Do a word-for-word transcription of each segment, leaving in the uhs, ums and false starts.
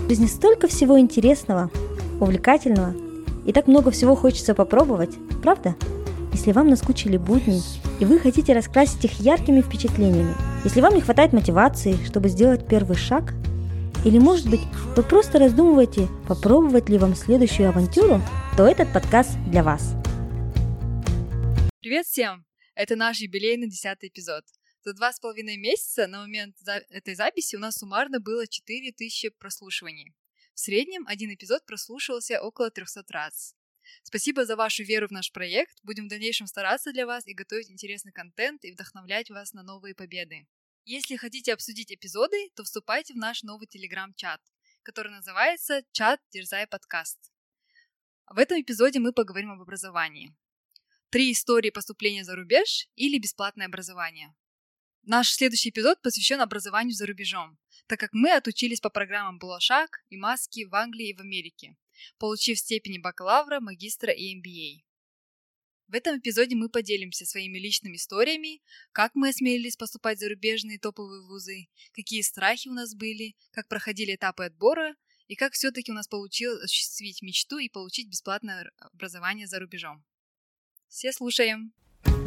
В жизни столько всего интересного, увлекательного, и так много всего хочется попробовать, правда? Если вам наскучили будни, и вы хотите раскрасить их яркими впечатлениями, если вам не хватает мотивации, чтобы сделать первый шаг, или, может быть, вы просто раздумываете, попробовать ли вам следующую авантюру, то этот подкаст для вас. Привет всем! Это наш юбилейный десятый эпизод. За два с половиной месяца на момент за- этой записи у нас суммарно было четыре тысячи прослушиваний. В среднем один эпизод прослушивался около триста раз. Спасибо за вашу веру в наш проект. Будем в дальнейшем стараться для вас и готовить интересный контент и вдохновлять вас на новые победы. Если хотите обсудить эпизоды, то вступайте в наш новый телеграм-чат, который называется «Чат Дерзай подкаст». В этом эпизоде мы поговорим об образовании. Три истории поступления за рубеж или бесплатное образование. Наш следующий эпизод посвящен образованию за рубежом, так как мы отучились по программам Болашак и Маски в Англии и в Америке, получив степени бакалавра, магистра и эм би эй. В этом эпизоде мы поделимся своими личными историями, как мы осмелились поступать в зарубежные топовые вузы, какие страхи у нас были, как проходили этапы отбора и как все-таки у нас получилось осуществить мечту и получить бесплатное образование за рубежом. Все слушаем!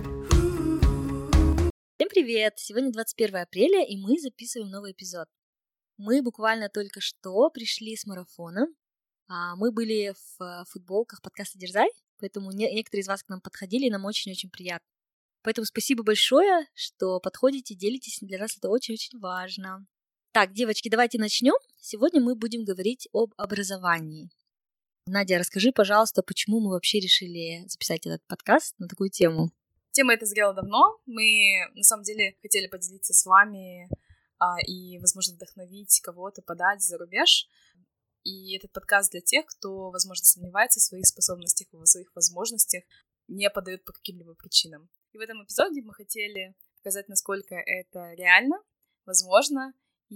Всем привет! Сегодня двадцать первое апреля, и мы записываем новый эпизод. Мы буквально только что пришли с марафона. Мы были в футболках подкаста «Дерзай», поэтому некоторые из вас к нам подходили, и нам очень-очень приятно. Поэтому спасибо большое, что подходите, делитесь, для нас это очень-очень важно. Так, девочки, давайте начнем. Сегодня мы будем говорить об образовании. Надя, расскажи, пожалуйста, почему мы вообще решили записать этот подкаст на такую тему? Тема эта зрела давно. Мы, на самом деле, хотели поделиться с вами а, и, возможно, вдохновить кого-то подать за рубеж. И этот подкаст для тех, кто, возможно, сомневается в своих способностях, в своих возможностях, не подает по каким-либо причинам. И в этом эпизоде мы хотели показать, насколько это реально, возможно,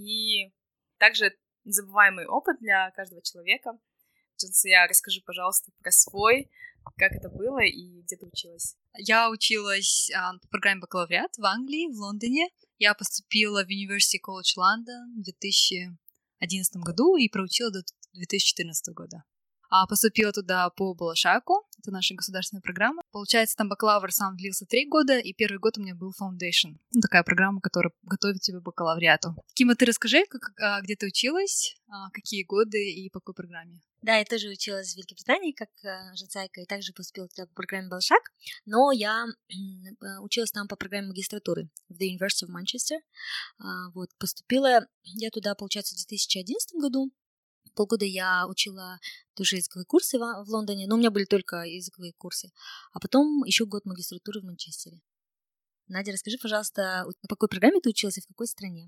и также незабываемый опыт для каждого человека. Джансия, расскажи, пожалуйста, про свой, как это было и где ты училась. Я училась а, по программе бакалавриат в Англии, в Лондоне. Я поступила в University College London в две тысячи одиннадцатом году и проучила до две тысячи четырнадцатого года. А поступила туда по Болашаку, это наша государственная программа. Получается, там бакалавр сам длился три года, и первый год у меня был Foundation. Ну, такая программа, которая готовит тебя к бакалавриату. Кима, ты расскажи, как, а, где ты училась, а, какие годы и по какой программе? Да, я тоже училась в Великобритании, как э, Жансайка, и также поступила туда по программе Болашак, но я э, училась там по программе магистратуры в The University of Manchester. А, вот, поступила я туда, получается, в две тысячи одиннадцатом году. Полгода я учила тоже языковые курсы в, в Лондоне, но у меня были только языковые курсы. А потом еще год магистратуры в Манчестере. Надя, расскажи, пожалуйста, по какой программе ты училась и в какой стране?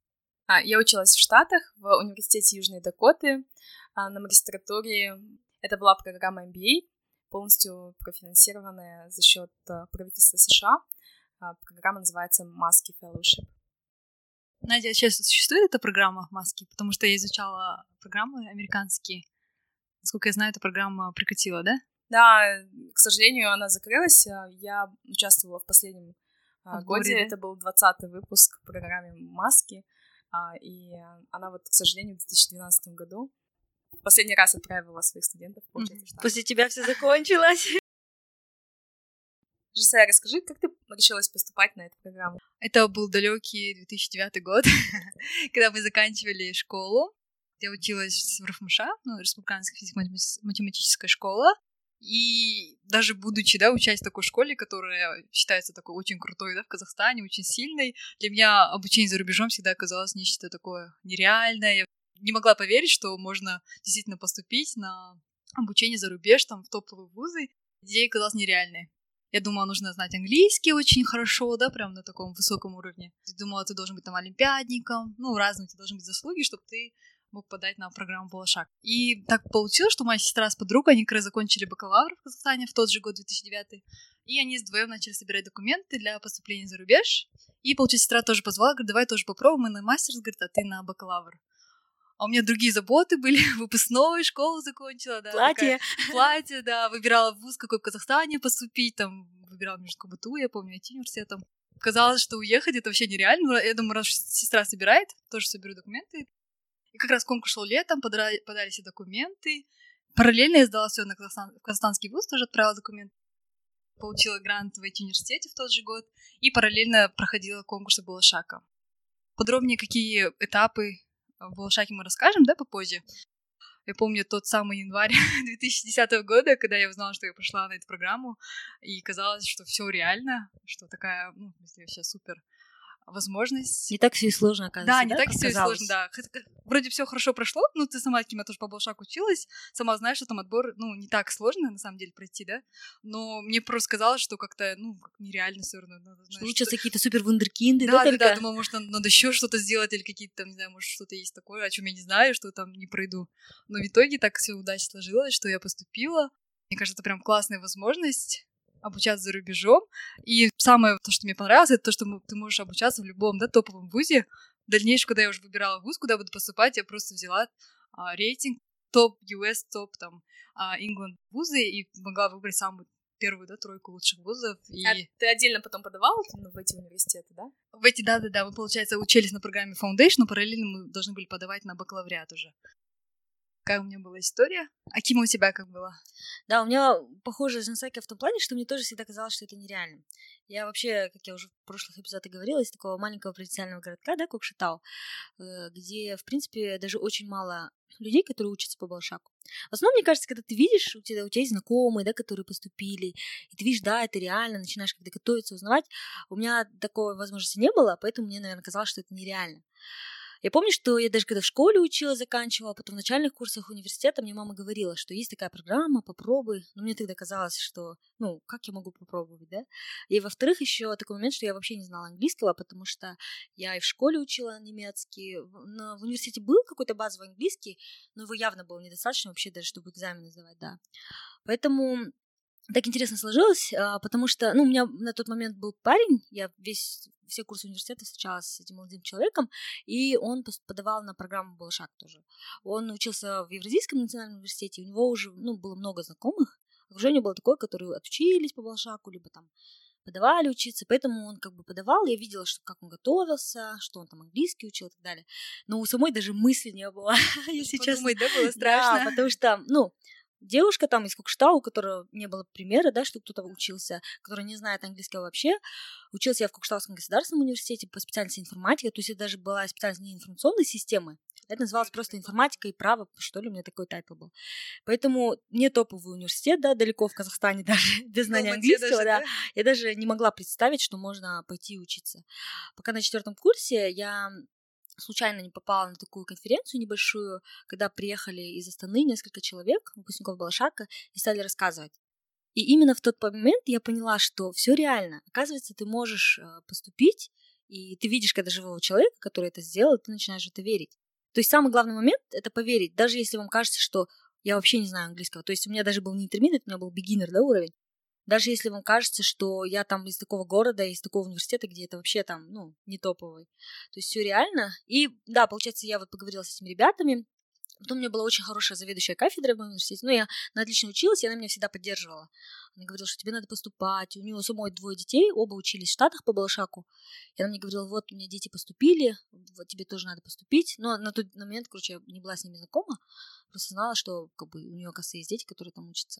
А, я училась в Штатах, в университете Южной Дакоты, а, на магистратуре. Это была программа эм би эй, полностью профинансированная за счет а, правительства США. А, программа называется Маски Fellowship. Надя, сейчас существует эта программа Маски? Потому что я изучала программы американские. Насколько я знаю, эта программа прекратила, да? Да, к сожалению, она закрылась. Я участвовала в последнем Отборе, годе. да? Это был двадцатый выпуск программы Маски. И она вот, к сожалению, в две тысячи двенадцатом году последний раз отправила своих студентов. Mm-hmm. После тебя все закончилось. Жансия, расскажи, как ты решилась поступать на эту программу? Это был далекий две тысячи девятый год, когда мы заканчивали школу. Я училась в РФМШ, ну, Республиканская физико-математическая школа. И даже будучи, да, учась в такой школе, которая считается такой очень крутой, да, в Казахстане, очень сильной, для меня обучение за рубежом всегда оказалось нечто такое нереальное. Я не могла поверить, что можно действительно поступить на обучение за рубеж, там, в топовые вузы. Идея казалась нереальной. Я думала, нужно знать английский очень хорошо, да, прям на таком высоком уровне. Я думала, ты должен быть там олимпиадником, ну, разные у тебя должны быть заслуги, чтобы ты мог подать на программу Болашак. И так получилось, что моя сестра с подругой, они как раз закончили бакалавр в Казахстане в тот же год, две тысячи девятый, и они вдвоем начали собирать документы для поступления за рубеж. И, получается, сестра тоже позвала, говорит, давай тоже попробуем, мы на мастерс, говорит, а ты на бакалавр. А у меня другие заботы были, выпускной, школу закончила, да. Платье. Такая, платье, да, выбирала вуз, какой в Казахстане поступить, там, выбирала между КБТУ, я помню, ай ти-университетом. Казалось, что уехать это вообще нереально. Я думаю, раз сестра собирает, тоже соберу документы. И как раз конкурс шел летом, подали, подали все документы. Параллельно я сдала все на Казахстан, в казахстанский вуз, тоже отправила документы. Получила грант в ай ти-университете в тот же год. И параллельно проходила конкурсы Балашаха. Подробнее, какие этапы в Балашахе мы расскажем, да, попозже. Я помню тот самый январь две тысячи десятого года, когда я узнала, что я пошла на эту программу, и казалось, что все реально, что такая, ну, вообще супер возможность. Не так все и сложно, оказывается. Да, не да, так все и сложно, да. Вроде все хорошо прошло, ну, ты сама, Кима, тоже по Балашаху училась, сама знаешь, что там отбор, ну, не так сложно, на самом деле, пройти, да, но мне просто казалось, что как-то, ну, как нереально все равно. Надо, знаешь, Лучше какие-то супер вундеркинды, да, да, да, только? да, думала, может, надо еще что-то сделать, или какие-то там, не знаю, может, что-то есть такое, о чем я не знаю, что там не пройду. Но в итоге так все удачно сложилось, что я поступила. Мне кажется, это прям классная возможность обучаться за рубежом. И самое, то, что мне понравилось, это то, что ты можешь обучаться в любом, да, топовом вузе. В дальнейшем, когда я уже выбирала вуз, куда буду поступать, я просто взяла а, рейтинг топ ю эс, топ там а, England вузы и могла выбрать самую первую, да, тройку лучших вузов. И... А ты отдельно потом подавала в эти университеты, да? В эти, да-да-да, мы, получается, учились на программе Foundation, но параллельно мы должны были подавать на бакалавриат уже. Какая у меня была история? А Кима, у тебя как было? Да, у меня похожая с Жансаки в том плане, что мне тоже всегда казалось, что это нереально. Я вообще, как я уже в прошлых эпизодах говорила, из такого маленького провинциального городка, да, Кокшетау, где, в принципе, даже очень мало людей, которые учатся по Балашаху. В основном, мне кажется, когда ты видишь, у тебя, у тебя есть знакомые, да, которые поступили, и ты видишь, да, это реально, начинаешь как-то готовиться, узнавать. У меня такой возможности не было, поэтому мне, наверное, казалось, что это нереально. Я помню, что я даже когда в школе училась, заканчивала, потом в начальных курсах университета мне мама говорила, что есть такая программа, попробуй. Но мне тогда казалось, что, ну, как я могу попробовать, да? И, во-вторых, еще такой момент, что я вообще не знала английского, потому что я и в школе учила немецкий, в, в университете был какой-то базовый английский, но его явно было недостаточно вообще даже, чтобы экзамены сдавать, да. Поэтому... Так интересно сложилось, потому что, ну, у меня на тот момент был парень, я весь, все курсы университета встречалась с этим молодым человеком, и он подавал на программу Балашах тоже. Он учился в Евразийском национальном университете, у него уже, ну, было много знакомых, окружение было такое, которые отучились по Балашаху, либо там подавали учиться, поэтому он как бы подавал, я видела, что, как он готовился, что он там английский учил и так далее, но у самой даже мысли не было, если честно. Подумать, да, было страшно? Да, потому что, ну, девушка там из Кокшетау, у которой не было примера, да, что кто-то учился, которая не знает английского вообще. Учился я в Кокшетауском государственном университете по специальности информатика, то есть это даже была специальность не информационной системы, это называлось просто информатика и право, что ли, у меня такой тайтл был. Поэтому не топовый университет, да, далеко в Казахстане даже, без знания английского, даже, да. да. Я даже не могла представить, что можно пойти учиться. Пока на четвертом курсе я... случайно не попала на такую конференцию небольшую, когда приехали из Астаны несколько человек, выпускников Балашаха, и стали рассказывать. И именно в тот момент я поняла, что все реально. Оказывается, ты можешь поступить, и ты видишь, когда живого человека, который это сделал, ты начинаешь в это верить. То есть самый главный момент — это поверить, даже если вам кажется, что я вообще не знаю английского. То есть у меня даже был не интермедиат, у меня был beginner, да, уровень. Даже если вам кажется, что я там из такого города, из такого университета, где это вообще там, ну, не топовый. То есть все реально. И да, получается, я вот поговорила с этими ребятами. Потом у меня была очень хорошая заведующая кафедрой в моем университете. Ну, я на отлично училась, и она меня всегда поддерживала. Она говорила, что тебе надо поступать. У нее самой двое детей, оба учились в Штатах по Балашаху. И она мне говорила, вот, у меня дети поступили, вот тебе тоже надо поступить. Но на тот момент, короче, я не была с ними знакома. Просто знала, что как бы у нее, оказывается, есть дети, которые там учатся.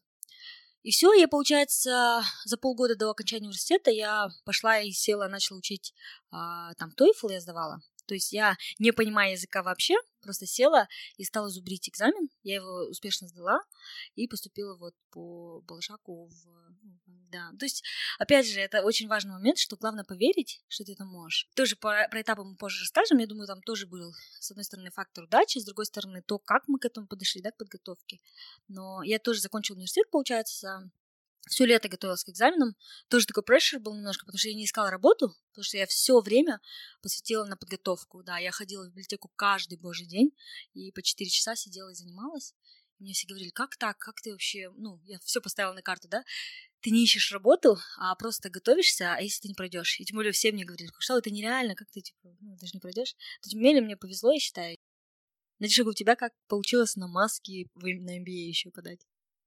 И все, я, получается, за полгода до окончания университета я пошла и села, начала учить а, там TOEFL я сдавала. То есть я, не понимая языка вообще, просто села и стала зубрить экзамен. Я его успешно сдала и поступила вот по Балашаху в... Да. То есть, опять же, это очень важный момент, что главное поверить, что ты это можешь. Тоже про, про этапы мы позже расскажем. Я думаю, там тоже был, с одной стороны, фактор удачи, с другой стороны, то, как мы к этому подошли, да, к подготовке. Но я тоже закончила университет, получается, все лето готовилась к экзаменам. Тоже такой прессер был немножко, потому что я не искала работу, потому что я все время посвятила на подготовку. Да, я ходила в библиотеку каждый божий день и по четыре часа сидела и занималась. И мне все говорили, как так, как ты вообще, ну, я все поставила на карту, да, ты не ищешь работу, а просто готовишься, а если ты не пройдешь? И тем более все мне говорили, что это нереально, как ты, типа, ну, ты же не пройдешь. Но тем не менее, мне повезло, я считаю. Надеюсь, у тебя как получилось на маске на эм би эй еще подать?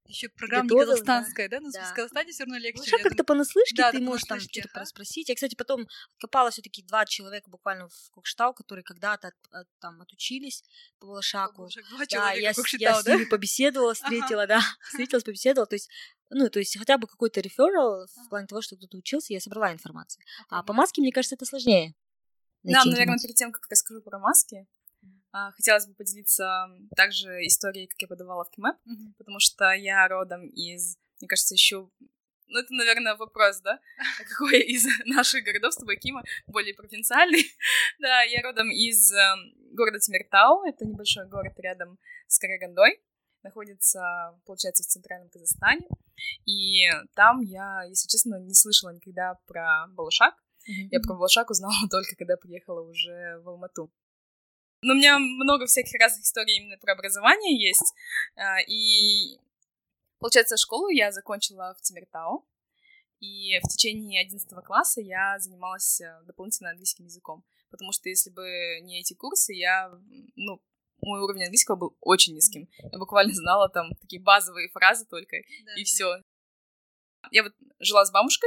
Еще программа не готовил, казахстанская, да? да? Но Да. в Казахстане все равно легче. Лучше как-то понаслышке Да, ты да, можешь там понаслышке, что-то ага. спросить. Я, кстати, потом откопала все-таки два человека буквально в Кокштау, которые когда-то от- от- там отучились по Балашаку. Побольше, Два Да, человека я, с- Кокшетау, я с да? ними побеседовала, встретила, да, встретилась, побеседовала. То есть, ну, то есть хотя бы какой-то реферал в плане того, что кто-то учился, я собрала информацию. А по маске, мне кажется, это сложнее. Да, найти наверное, информацию. перед тем, как я скажу про маски, а, хотелось бы поделиться также историей, как я подавала в КИМЭП, Мгм. потому что я родом из, мне кажется, еще... Ну, это, наверное, вопрос, да? Какой из наших городов с тобой Кима более провинциальный? Да, я родом из э, города Темиртау, это небольшой город рядом с Карагандой, находится, получается, в центральном Казахстане, и там я, если честно, не слышала никогда про Балашак. Мгм. Я про Балашак узнала только когда приехала уже в Алмату. Но у меня много всяких разных историй именно про образование есть. А, И, получается, школу я закончила в Темиртау. И в течение одиннадцатого класса я занималась э, дополнительно английским языком. Потому что если бы не эти курсы, я, м, ну, мой уровень английского был очень низким. Я буквально знала там такие базовые фразы только, Да, и да. все. Я вот жила с бабушкой,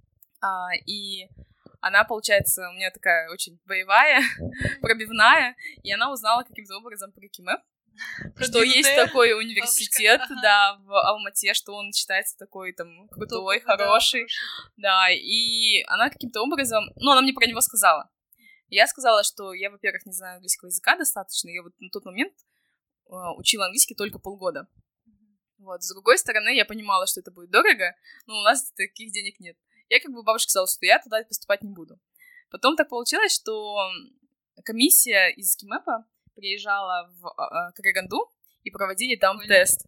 а, и она, получается, у меня такая очень боевая, пробивная, и она узнала каким-то образом про КИМЭП, что есть Продвинутая такой университет, бабушка, ага. да, в Алмате, что он считается такой там крутой, Топовый, да, хороший, да, и она каким-то образом, ну, она мне про него сказала. Я сказала, что я, во-первых, не знаю английского языка достаточно, я вот на тот момент э, учила английский только полгода. Вот, с другой стороны, я понимала, что это будет дорого, но у нас таких денег нет. Я как бы бабушке сказала, что я туда поступать не буду. Потом так получилось, что комиссия из КИМЭПа приезжала в э, Караганду и проводили там Прикольно. тест.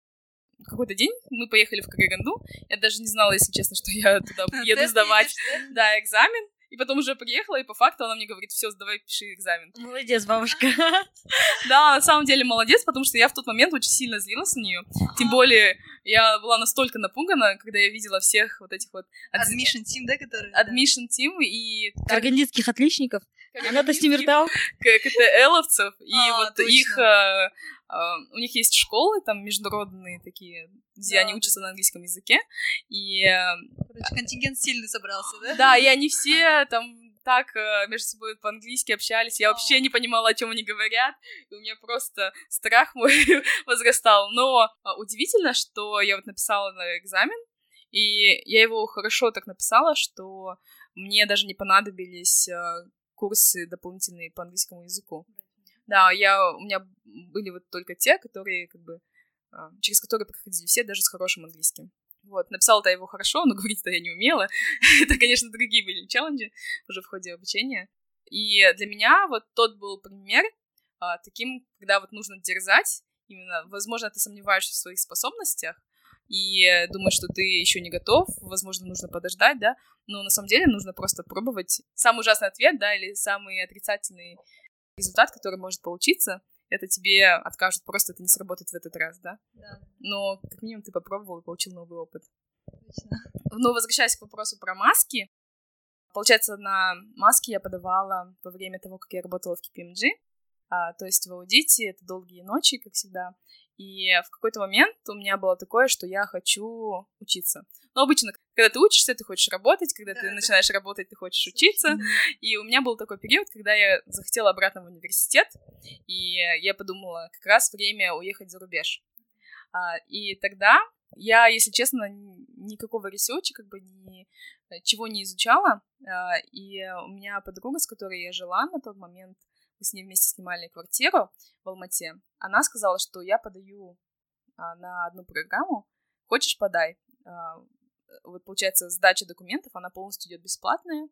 В какой-то день мы поехали в Караганду. Я даже не знала, если честно, что я туда еду Тест сдавать едешь, да, экзамен. И потом уже приехала, и по факту она мне говорит, все, сдавай, пиши экзамен. Молодец, бабушка. Да, на самом деле молодец, потому что я в тот момент очень сильно злилась на нее. Тем более, я была настолько напугана, когда я видела всех вот этих вот адми- Admission team, да, который? admission team и Карагандинских отличников. Она-то с карагандинских Темиртау. КТЛовцев, и А, вот точно. их... э, э, у них есть школы там международные такие, где Да, они да, учатся на английском языке. И э, Короче, контингент сильно собрался, да? да, и они все там так э, между собой по-английски общались. Я вообще О. не понимала, о чем они говорят. И у меня просто страх мой возрастал. Но э, удивительно, что я вот написала на экзамен, и я его хорошо так написала, что мне даже не понадобились э, курсы дополнительные по английскому языку. Да, я, у меня были вот только те, которые как бы э, через которые проходили все, даже с хорошим английским. Вот, написала-то его хорошо, но говорить-то я не умела. Это, конечно, другие были челленджи уже в ходе обучения. И для меня вот тот был пример а, таким, когда вот нужно дерзать. Именно, возможно, ты сомневаешься в своих способностях и думаешь, что ты еще не готов, возможно, нужно подождать, да, но на самом деле нужно просто пробовать. Самый ужасный ответ, да, или самый отрицательный результат, который может получиться, это тебе откажут, просто это не сработает в этот раз, да? Да, Но как минимум ты попробовал и получил новый опыт. точно. Но возвращаясь к вопросу про маски, получается, на маски я подавала во время того, как я работала в кей пи эм джи, а, то есть в аудите, это долгие ночи, как всегда, и в какой-то момент у меня было такое, что я хочу учиться. Но обычно, когда ты учишься, ты хочешь работать, когда Да, ты да. начинаешь работать, ты хочешь учиться, и у меня был такой период, когда я захотела обратно в университет, и я подумала, как раз время уехать за рубеж. А, и тогда я, если честно, н- никакого ресерча, как бы ничего не изучала, а, и у меня подруга, с которой я жила на тот момент, мы с ней вместе снимали квартиру в Алмате, она сказала, что я подаю а, на одну программу, хочешь, подай. А, вот, получается, сдача документов, она полностью идет бесплатная,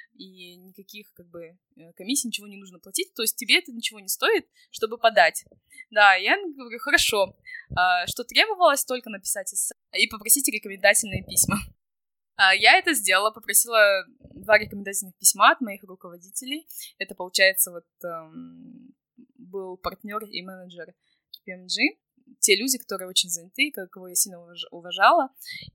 и никаких, как бы, э, комиссий, ничего не нужно платить, то есть тебе это ничего не стоит, чтобы подать. Да, я говорю, хорошо, а, что требовалось, только написать эссе и попросить рекомендательные письма. А, я это сделала, попросила два рекомендательных письма от моих руководителей. Это, получается, вот эм, был партнер и менеджер кей пи эм джи, те люди, которые очень заняты, кого я сильно уваж- уважала,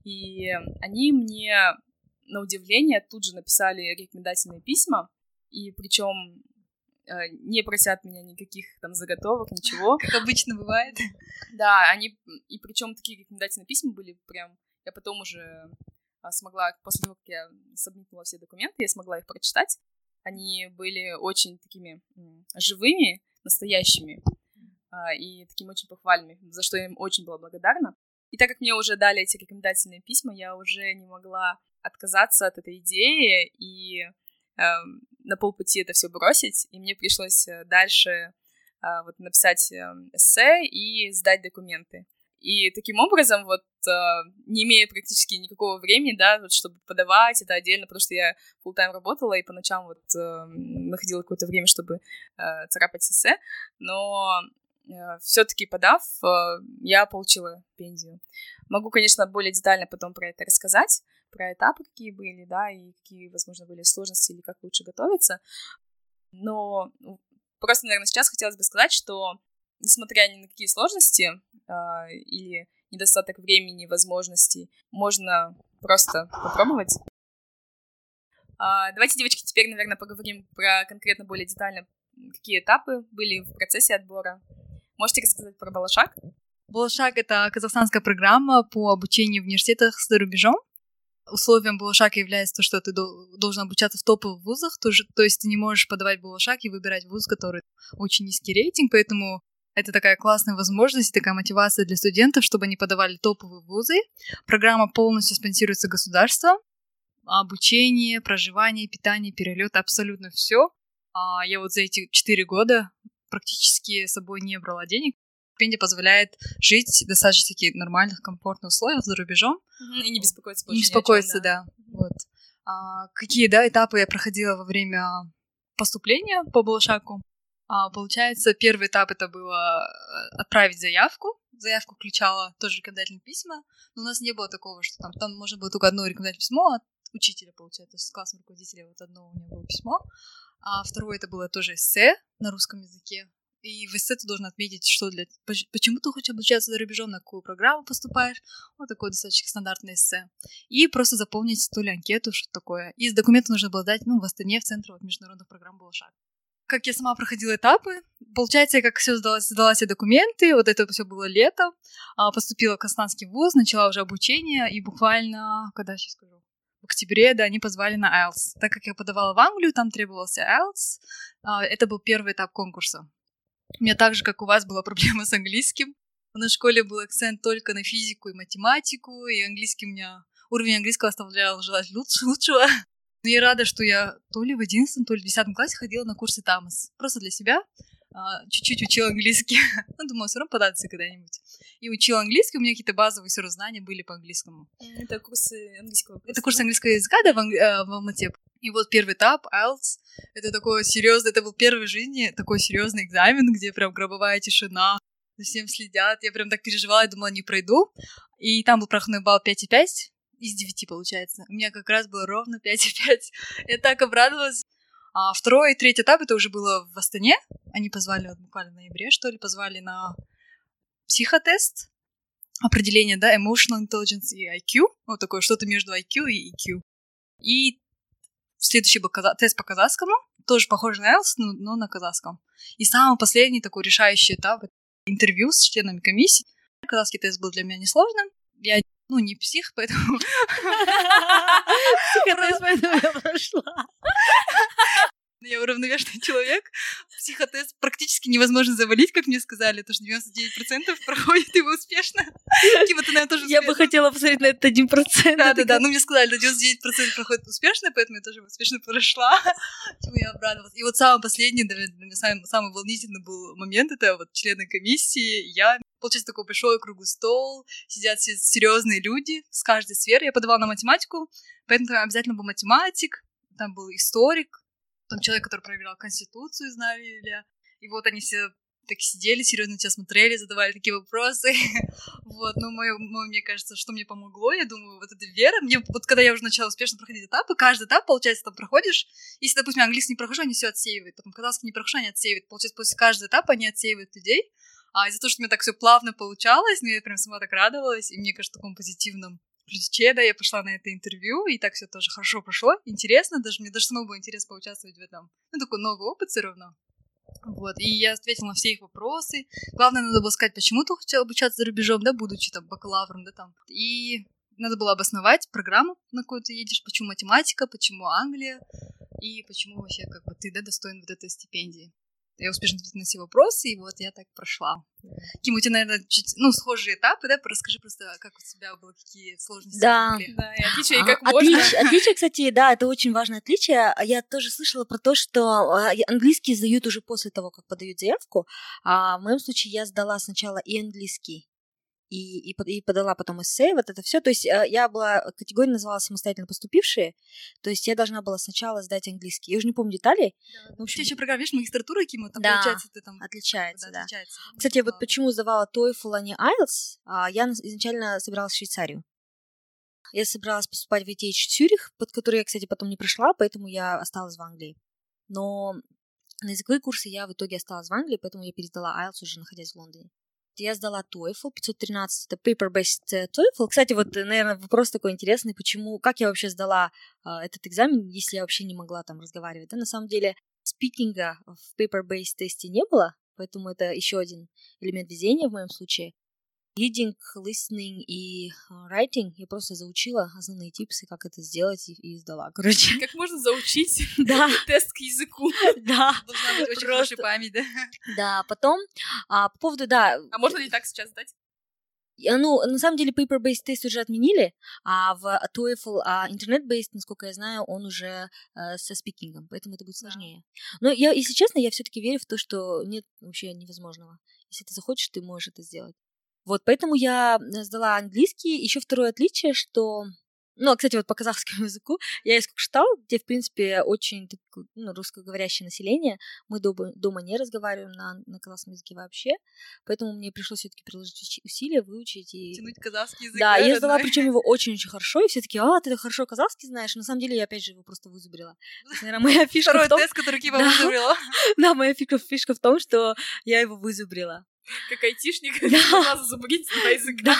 и они мне, на удивление, тут же написали рекомендательные письма, и причем не просят меня никаких там заготовок, ничего. Как обычно бывает. Да, они, и причем такие рекомендательные письма были прям, я потом уже смогла, после того, как я сабмитнула все документы, я смогла их прочитать. Они были очень такими живыми, настоящими и такими очень похвальными, за что я им очень была благодарна. И так как мне уже дали эти рекомендательные письма, я уже не могла отказаться от этой идеи и э, на полпути это все бросить, и мне пришлось дальше э, вот, написать э, эссе и сдать документы. И таким образом, вот, э, не имея практически никакого времени, да, вот, чтобы подавать это отдельно, потому что я full-time работала и по ночам вот э, находила какое-то время, чтобы э, царапать эссе, но э, все-таки подав, э, я получила пенсию. Могу, конечно, более детально потом про это рассказать, про этапы какие были, да, и какие, возможно, были сложности или как лучше готовиться, но просто, наверное, сейчас хотелось бы сказать, что несмотря ни на какие сложности э, или недостаток времени, возможностей, можно просто попробовать. Э, давайте, девочки, теперь, наверное, поговорим про конкретно более детально, какие этапы были в процессе отбора. Можете рассказать про Балашак? Балашак — это казахстанская программа по обучению в университетах за рубежом. Условием Балашака является то, что ты должен обучаться в топовых вузах, то, то есть ты не можешь подавать Балашак и выбирать вуз, который очень низкий рейтинг, поэтому это такая классная возможность, такая мотивация для студентов, чтобы они подавали топовые вузы. Программа полностью спонсируется государством. Обучение, проживание, питание, перелет, абсолютно все. Я вот за эти четыре года практически с собой не брала денег. Стипендия позволяет жить в достаточно таких нормальных, комфортных условиях за рубежом. И не беспокоиться больше. Не беспокоиться, чем, да. да. Вот. А, какие, да, этапы я проходила во время поступления по Балашаку? А, получается, первый этап это было отправить заявку. Заявку включала тоже рекомендательные письма, но у нас не было такого, что там, там можно было только одно рекомендательное письмо от учителя, получается, с классным руководителем, вот одно у меня было письмо. А второе это было тоже эссе на русском языке. И в эссе ты должен отметить, что для... почему ты хочешь обучаться за рубежом, на какую программу поступаешь. Вот такое достаточно стандартное эссе. И просто заполнить то ли анкету, что такое. И из документов нужно было дать, ну, в Астане, в центре вот, международных программ Балашак. Как я сама проходила этапы. Получается, я как все сдала, сдала все документы, вот это все было летом. Поступила в Казахстанский вуз, начала уже обучение, и буквально, когда сейчас скажу, в октябре, да, они позвали на ай эл ти эс. Так как я подавала в Англию, там требовался ай эл ти эс. Это был первый этап конкурса. У меня так же, как у вас, была проблема с английским. У нас в школе был акцент только на физику и математику, и английский у меня... Уровень английского оставлял желать лучшего. Но я рада, что я то ли в одиннадцатом, то ли в десятом классе ходила на курсы ТАМОС. Просто для себя. Чуть-чуть учила английский. Ну, думала, все равно податься когда-нибудь. И учила английский, у меня какие-то базовые все равно знания были по английскому. Это курсы английского. Это курсы английского языка, да, в, Ang... в Алмате. И вот первый этап, ай эл ти эс, это такой серьезный, это был первый в жизни такой серьезный экзамен, где прям гробовая тишина, за всем следят. Я прям так переживала, я думала, не пройду. И там был проходной балл пять и пять из девяти, получается. У меня как раз было ровно пять и пять. Я так обрадовалась. А второй и третий этап, это уже было в Астане. Они позвали вот буквально в ноябре, что ли, позвали на психотест. Определение, да, emotional intelligence и ай кью. Вот такое что-то между ай кью и и кью. И следующий был каза- тест по казахскому, тоже похож на ай эл ти эс, но, но на казахском. И самый последний такой решающий этап — интервью с членами комиссии. Казахский тест был для меня несложным. Я, ну, не псих, поэтому... Психотест, поэтому я прошла. Я уравновешенный человек. Психотест практически невозможно завалить, как мне сказали, потому что девяносто девять процентов проходит его успешно. Типа, ты, наверное, тоже... Я бы хотела посмотреть на этот один процент. Да-да-да, ну мне сказали, что девяносто девять процентов проходит успешно, поэтому я тоже успешно прошла. Чему я обрадовалась. И вот самый последний, для меня самый, самый волнительный был момент, это вот члены комиссии, я. Получается такой большой круглый стол, сидят все серьезные люди с каждой сферы. Я подавала на математику, поэтому там обязательно был математик, там был историк, там человек, который проверял Конституцию, знали ли. И вот они все так сидели, серьезно на тебя смотрели, задавали такие вопросы. Вот, ну, мое, мне кажется, что мне помогло, я думаю, вот эта вера. Мне, вот когда я уже начала успешно проходить этапы, каждый этап, получается, там проходишь. Если, допустим, английский не прохожу, они все отсеивают. Потом казахский не прохожу, они отсеивают. Получается, после каждого этапа они отсеивают людей. А из-за того, что у меня так все плавно получалось, ну, я прям сама так радовалась. И мне кажется, в таком позитивном ключе, да, я пошла на это интервью, и так все тоже хорошо прошло, интересно, даже мне даже самому было интересно поучаствовать в этом. Ну, такой новый опыт все равно. Вот, и я ответила на все их вопросы. Главное, надо было сказать, почему ты хотел обучаться за рубежом, да, будучи там бакалавром, да, там. И надо было обосновать программу, на какую ты едешь, почему математика, почему Англия, и почему вообще, как бы, ты, да, достоин вот этой стипендии. Я успешно ответила на все вопросы, и вот я так прошла. Ким, у тебя, наверное, чуть, ну, схожие этапы, да? Расскажи просто, как у тебя было, какие сложности. Да, были. Да, и отличия, и А, как отлич- можно. Отличие, кстати, да, это очень важное отличие. Я тоже слышала про то, что а, и английский сдают уже после того, как подают заявку. А в моем случае я сдала сначала и английский, и, и, под- и подала потом эссе, вот это все. То есть э, я была, категория называлась самостоятельно поступившие, то есть я должна была сначала сдать английский. Я уже не помню деталей. Да, в общем, ты еще программа, видишь, магистратура, Ким, там, Да, получается, ты там... отличается, да. отличается. Кстати, вот Ладно. почему сдавала TOEFL, а не айлтс, а, я нас- изначально собиралась в Швейцарию. Я собиралась поступать в ай ти эйч Цюрих, под который я, кстати, потом не прошла, поэтому я осталась в Англии. Но на языковые курсы я в итоге осталась в Англии, поэтому я пересдала айлтс уже находясь в Лондоне. Я сдала TOEFL пятьсот тринадцать, это paper-based TOEFL. Кстати, вот, наверное, вопрос такой интересный, почему, как я вообще сдала э, этот экзамен, если я вообще не могла там разговаривать. Да, на самом деле, спикинга в paper-based тесте не было, поэтому это еще один элемент везения в моем случае. Reading, listening и uh, writing я просто заучила основные типсы, как это сделать, и, и сдала, короче. Как можно заучить Да, тест к языку? да. Должна быть очень Просто- хорошая память, да? Да, потом, а, по поводу, да... А можно ли так сейчас сдать? Я- Ну, на самом деле, paper-based тест уже отменили, а в TOEFL а интернет-based, насколько я знаю, он уже э, со спикингом, поэтому это будет сложнее. Но я, если честно, я все-таки верю в то, что нет вообще невозможного. Если ты захочешь, ты можешь это сделать. Вот, поэтому я сдала английский. Еще второе отличие, что... Ну, а, кстати, вот по казахскому языку я из Кокштау, где, в принципе, очень такое, ну, русскоговорящее население. Мы дома, дома не разговариваем на, на казахском языке вообще, поэтому мне пришлось все-таки приложить учи- усилия, выучить и... Тянуть казахский язык. Да, я сдала родной. причем его очень-очень хорошо, и все таки а, ты так хорошо казахский знаешь. На самом деле, я опять же его просто вызубрила. То есть, наверное, моя фишка Второй в том... тест, который Кима Да. вызубрила. Да, моя фишка, фишка в том, что я его вызубрила. Как айтишник, Да. сразу зубрить два языка. Да.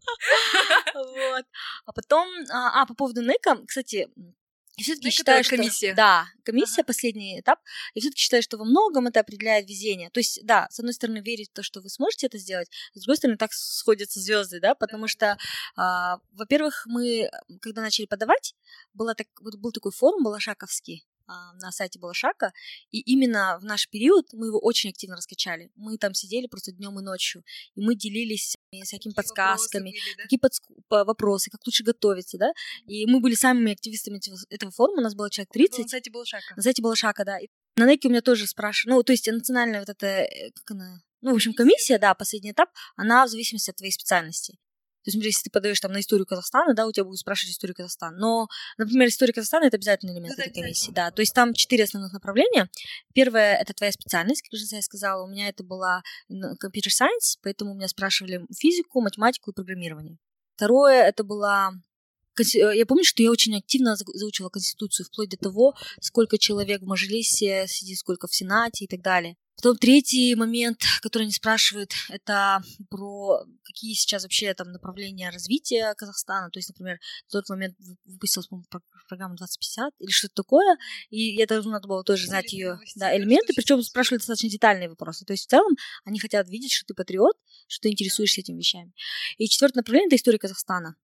Вот. А потом, а, а, по поводу НЭКа, кстати, я все-таки НЭК — считаю, это что... комиссия. Да, комиссия, последний этап. Я все-таки считаю, что во многом это определяет везение. То есть, да, с одной стороны, верить в то, что вы сможете это сделать, с другой стороны, так сходятся звезды, да, потому что, а, во-первых, мы, когда начали подавать, было так, вот был такой форум балашаковский а, на сайте Балашака, и именно в наш период мы его очень активно раскачали. Мы там сидели просто днем и ночью, и мы делились всякими Какие подсказками, вопросы были, да? какие подск- по- вопросы, как лучше готовиться, да, и мы были самыми активистами этого, этого форума, у нас было человек Это было тридцать, на сайте Балашака. на сайте Балашака, да. И на НЭКе у меня тоже спрашивают, ну, то есть национальная вот эта, э, как она, ну, в общем, комиссия, да, последний этап, она в зависимости от твоей специальности. То есть, например, если ты подаешь там на историю Казахстана, да, у тебя будут спрашивать историю Казахстана. Но, например, история Казахстана — это обязательный элемент Это этой комиссии, обязательно. да. То есть там четыре основных направления. Первое — это твоя специальность, как же я сказала. У меня это была ну, computer science, поэтому у меня спрашивали физику, математику и программирование. Второе — это была... конси- Я помню, что я очень активно за- заучила Конституцию, вплоть до того, сколько человек в Мажилисе сидит, сколько в Сенате и так далее. Потом третий момент, который они спрашивают, это про какие сейчас вообще там направления развития Казахстана. То есть, например, в тот момент вы- выпустилась, по-моему, про- программа двадцать пятьдесят или что-то такое, и это надо было тоже знать Элиты ее новостей, да, да, элементы, что причем сейчас спрашивали достаточно детальные вопросы. То есть, в целом, они хотят видеть, что ты патриот, что ты интересуешься этими вещами. И четвертое направление — это история Казахстана.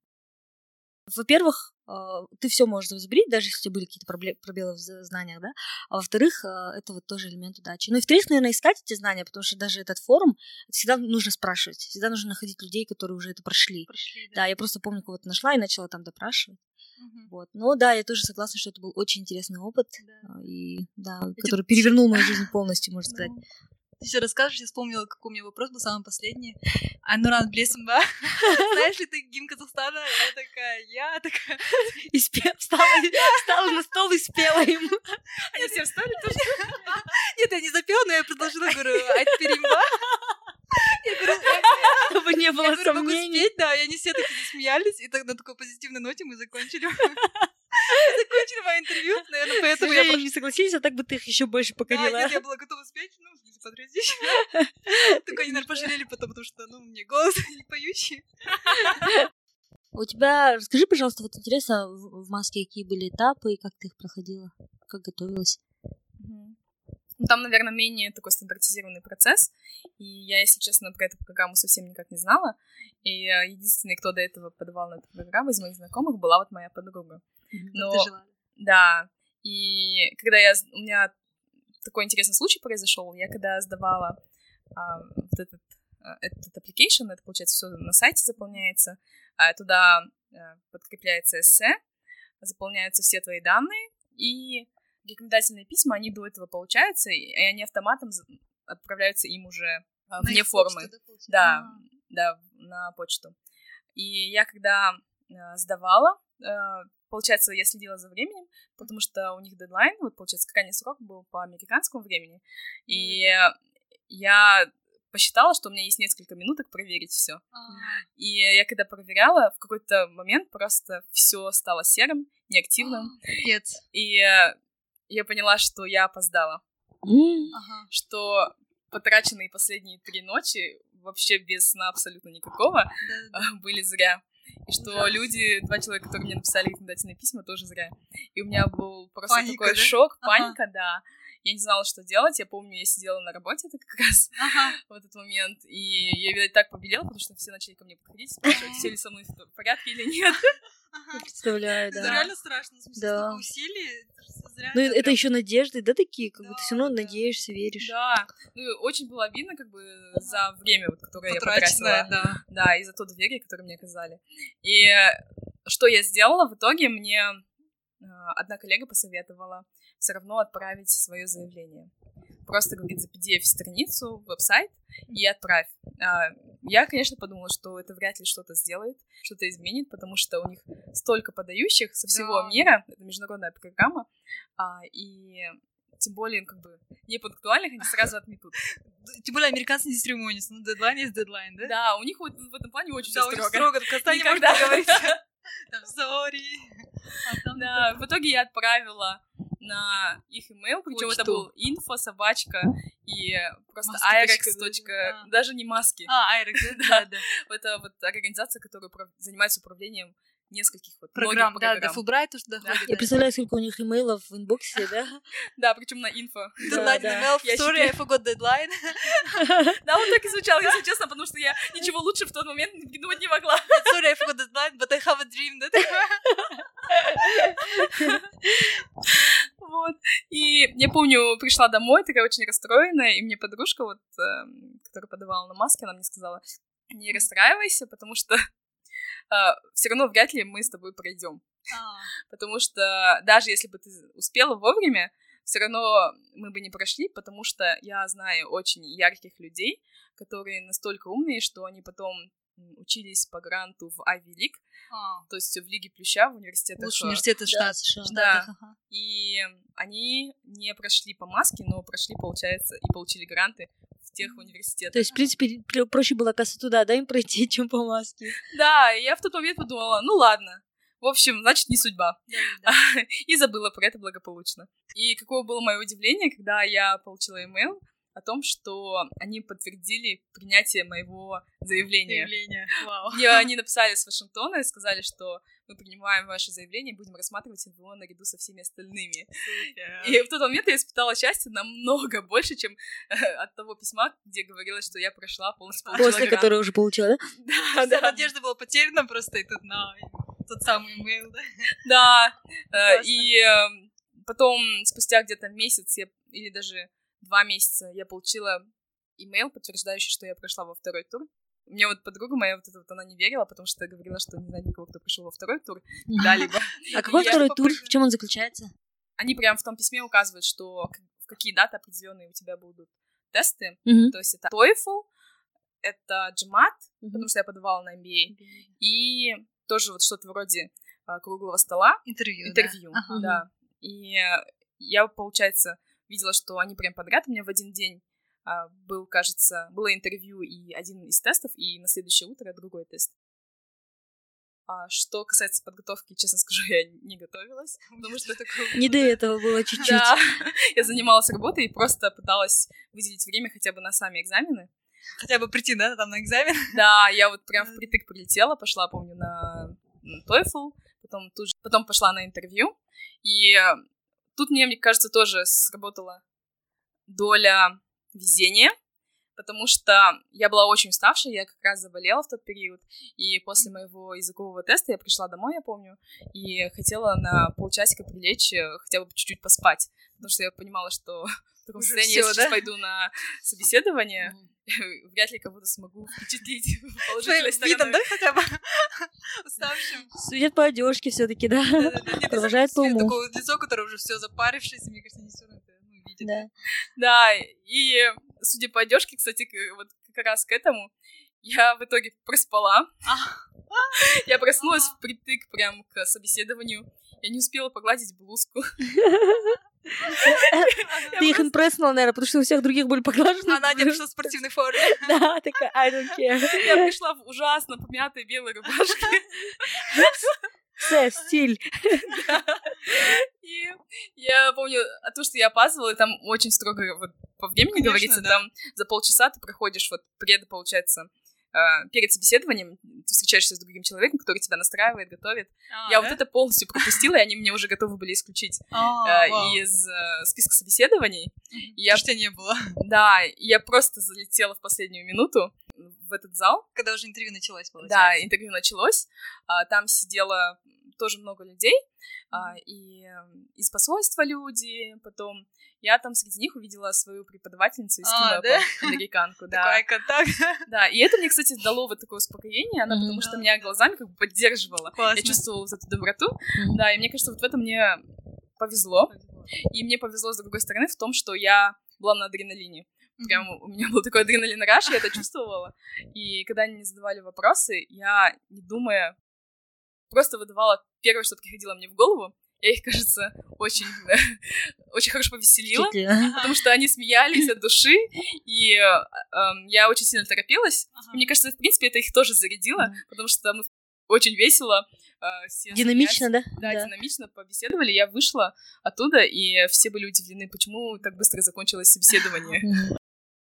Во-первых, э, ты все можешь забыть, даже если у тебя были какие-то пробле- пробелы в з- знаниях, да. А во-вторых, э, это вот тоже элемент удачи. Ну и в-третьих, наверное, искать эти знания, потому что даже этот форум всегда нужно спрашивать, всегда нужно находить людей, которые уже это прошли. Прошли, Да, я просто помню, кого-то нашла и начала там допрашивать. Мгм. Вот. Но да, я тоже согласна, что это был очень интересный опыт, Да. э, и да, Эти- который перевернул мою жизнь полностью, можно сказать. Ну, Ты еще расскажешь, я вспомнила, какой у меня вопрос был самый последний. А Нуран Блесумба, знаешь ли ты гимн Казахстана? Я такая, я такая. И спела, встала, встала на стол и спела ему. Они все встали тоже? Нет, я не запела, но я предложила, говорю, Айтперимба. Я говорю, Чтобы не я было говорю, могу сомнений. спеть, да, и они все такие засмеялись, и так на такой позитивной ноте мы закончили. Закончили мое интервью, наверное, К поэтому я сожалению, не согласились, а так бы ты их еще больше Да, покорила. нет, я была готова спеть, ну, в смысле, патриотично. Только они, наверное, пожалели потом, потому что, ну, мне голос не поющий. У тебя, расскажи, пожалуйста, вот интересно, в в Маске какие были этапы и как ты их проходила, как готовилась? Мгм. Ну, там, наверное, менее такой стандартизированный процесс, и я, если честно, про эту программу совсем никак не знала, и единственный, кто до этого подавал на эту программу из моих знакомых, была вот моя подруга. Но... Ты жила? Да, и когда я... У меня такой интересный случай произошел, я когда сдавала а, вот этот, этот application, это, получается, все на сайте заполняется, а туда а, подкрепляется эссе, заполняются все твои данные, и рекомендательные письма, они до этого получаются, и они автоматом отправляются им уже а, вне формы. Почту, да, да, да, на почту. И я когда а, сдавала, а, получается, я следила за временем, потому что у них дедлайн, вот, получается, крайний срок был по американскому времени, и я посчитала, что у меня есть несколько минуток проверить все. А-а-а. И я когда проверяла, в какой-то момент просто все стало серым, неактивным. Нет. И я поняла, что я опоздала. Ага. Что потраченные последние три ночи вообще без сна абсолютно никакого Да-да-да. были зря. И что да. люди, два человека, которые мне написали рекомендательные письма, тоже зря. И у меня был просто паника, такой да? шок, паника, ага. да. Я не знала, что делать. Я помню, я сидела на работе это как раз ага. в этот момент. И я, видать, так побелела, потому что все начали ко мне подходить, спрашивать, все ли со мной в порядке или нет. Ага. Представляю, да. Это реально страшно, в смысле, да. столько усилий. Зря ну, это, это прям... еще надежды, да, такие, как да, бы ты все равно да. надеешься, веришь. Да, ну, очень было обидно, как бы, ага. за время, вот, которое Потраченное, я потратила. Да. Да, и за то доверие, которое мне оказали. И что я сделала? В итоге мне э, одна коллега посоветовала все равно отправить свое заявление. Просто, говорит, за пи ди эф-страницу в веб-сайт и отправь. А, я, конечно, подумала, что это вряд ли что-то сделает, что-то изменит, потому что у них столько подающих со всего да. мира, это международная программа, а, и тем более, как бы, непунктуальных они сразу отметут. Тем более американцы не церемонятся, ну, дедлайн есть дедлайн, да? Да, у них вот в этом плане очень да, все строго. строго, в не Никогда. можно говорить. Там, sorry. А там да, в итоге я отправила на их имейл, причем это был инфо, собачка и просто айрекс. Да. Даже не маски. А, айрекс, да, да. Это вот организация, которая занимается управлением нескольких вот программ, да, программ. до Фулбрайта уже доходит. Да. Я представляю, сколько у них имейлов в инбоксе, да? Да, причем на инфо. Deadline email, sorry, I forgot deadline. Да, он так и звучал, если честно, потому что я ничего лучше в тот момент придумать не могла. Sorry, I forgot deadline, but I have a dream, да? Вот. И я помню, пришла домой, такая очень расстроенная, и мне подружка, вот, которая подавала на маски, она мне сказала: не расстраивайся, потому что Uh, все равно вряд ли мы с тобой пройдем. А. Потому что даже если бы ты успела вовремя, все равно мы бы не прошли, потому что я знаю очень ярких людей, которые настолько умные, что они потом учились по гранту в Ivy League, а. то есть в Лиге Плюща в университетах. Лучший университет штата США. Да, ага. И они не прошли по маске, но прошли, получается, и получили гранты в тех университетах. То есть, в принципе, проще было, оказывается, туда, да, им пройти, чем по маске. Да, и я в тот момент подумала, ну ладно, в общем, значит, не судьба. Да, да. И забыла про это благополучно. И какое было мое удивление, когда я получила имейл о том, что они подтвердили принятие моего заявления. Заявление, вау. Мне они написали с Вашингтона и сказали, что мы принимаем ваше заявление и будем рассматривать его наряду со всеми остальными. Супер. И в тот момент я испытала счастье намного больше, чем от того письма, где говорилось, что я прошла, полностью получила После грант. которой уже получила, да? Да, да. да. Надежда была потеряна просто, и тут на тот самый имейл, да? Да, Классно. И потом, спустя где-то месяц я, или даже два месяца, я получила имейл, подтверждающий, что я прошла во второй тур. Мне вот подруга моя, вот эта вот, она не верила, потому что говорила, что не знает никого, кто пришел во второй тур, когда-либо. А какой второй тур? В чем он заключается? Они прям в том письме указывают, что в какие даты определенные у тебя будут тесты. Mm-hmm. То есть это TOEFL, это джемат, mm-hmm. потому что я подавала на эм би эй, mm-hmm. и тоже вот что-то вроде а, круглого стола. Интервью, Интервью, да. Uh-huh. да. И я, получается, видела, что они прям подряд у меня в один день а, был, кажется, было интервью и один из тестов, и на следующее утро другой тест. А что касается подготовки, честно скажу, я не готовилась, потому что такое... Не до этого было чуть-чуть. Да, я занималась работой и просто пыталась выделить время хотя бы на сами экзамены. Хотя бы прийти, да, там на экзамен? Да, я вот прям впритык прилетела, пошла, помню, на TOEFL, потом, тут же, потом пошла на интервью, и тут мне, мне кажется, тоже сработало доля везения, потому что я была очень уставшая, я как раз заболела в тот период, и после моего языкового теста я пришла домой, я помню, и хотела на полчасика прилечь, хотя бы чуть-чуть поспать, потому что я понимала, что в таком состоянии я сейчас да? пойду на собеседование, mm-hmm. вряд ли кого-то смогу впечатлить положительной стороной. Видом, да, хотя бы уставшим? Судят по одежке все-таки, да, продолжает по уму. Такое лицо, которое уже все запарившееся, мне кажется, не все равно видит. Да. Да, и судя по одежке, кстати, вот как раз к этому, я в итоге проспала. Я проснулась впритык прям к собеседованию. Я не успела погладить блузку. Ты их импресснула, наверное, потому что у всех других были поглажены. А Надя пришла в спортивной форме. Да, такая, I don't care. Я пришла в ужасно помятой белой рубашке. Все, стиль. И я помню, а то, что я опаздывала, там очень строго вот по времени Конечно, говорится, да. Там за полчаса ты проходишь вот пред, получается, перед собеседованием, ты встречаешься с другим человеком, который тебя настраивает, готовит. А, я да? вот это полностью пропустила, и они меня уже готовы были исключить а, э, из э, списка собеседований. Mm-hmm. И я... Что не было. Да, и я просто залетела в последнюю минуту в этот зал. Когда уже интервью началось, получается. Да, интервью началось. А, там сидело тоже много людей, mm-hmm. а, и из посольства люди, потом... Я там среди них увидела свою преподавательницу из кино, да? Американку, да. Такой контакт. Да, и это мне, кстати, дало вот такое успокоение, она, mm-hmm. потому что меня глазами как бы поддерживала. Классно. Я чувствовала вот эту доброту, mm-hmm. да, и мне кажется, вот в этом мне повезло. повезло. И мне повезло, с другой стороны, в том, что я была на адреналине. Прям mm-hmm. у меня был такой адреналин-раш, я это чувствовала. И когда они мне задавали вопросы, я, не думая, просто выдавала первое, что приходило мне в голову. Я их, кажется, очень, очень хорошо повеселила, потому что они смеялись от души, и э, э, я очень сильно торопилась. Ага. И мне кажется, в принципе, это их тоже зарядило, mm. потому что мы очень весело. Э, все динамично, смеялись. да? Да, да, динамично побеседовали. Я вышла оттуда, и все были удивлены, почему так быстро закончилось собеседование. Mm.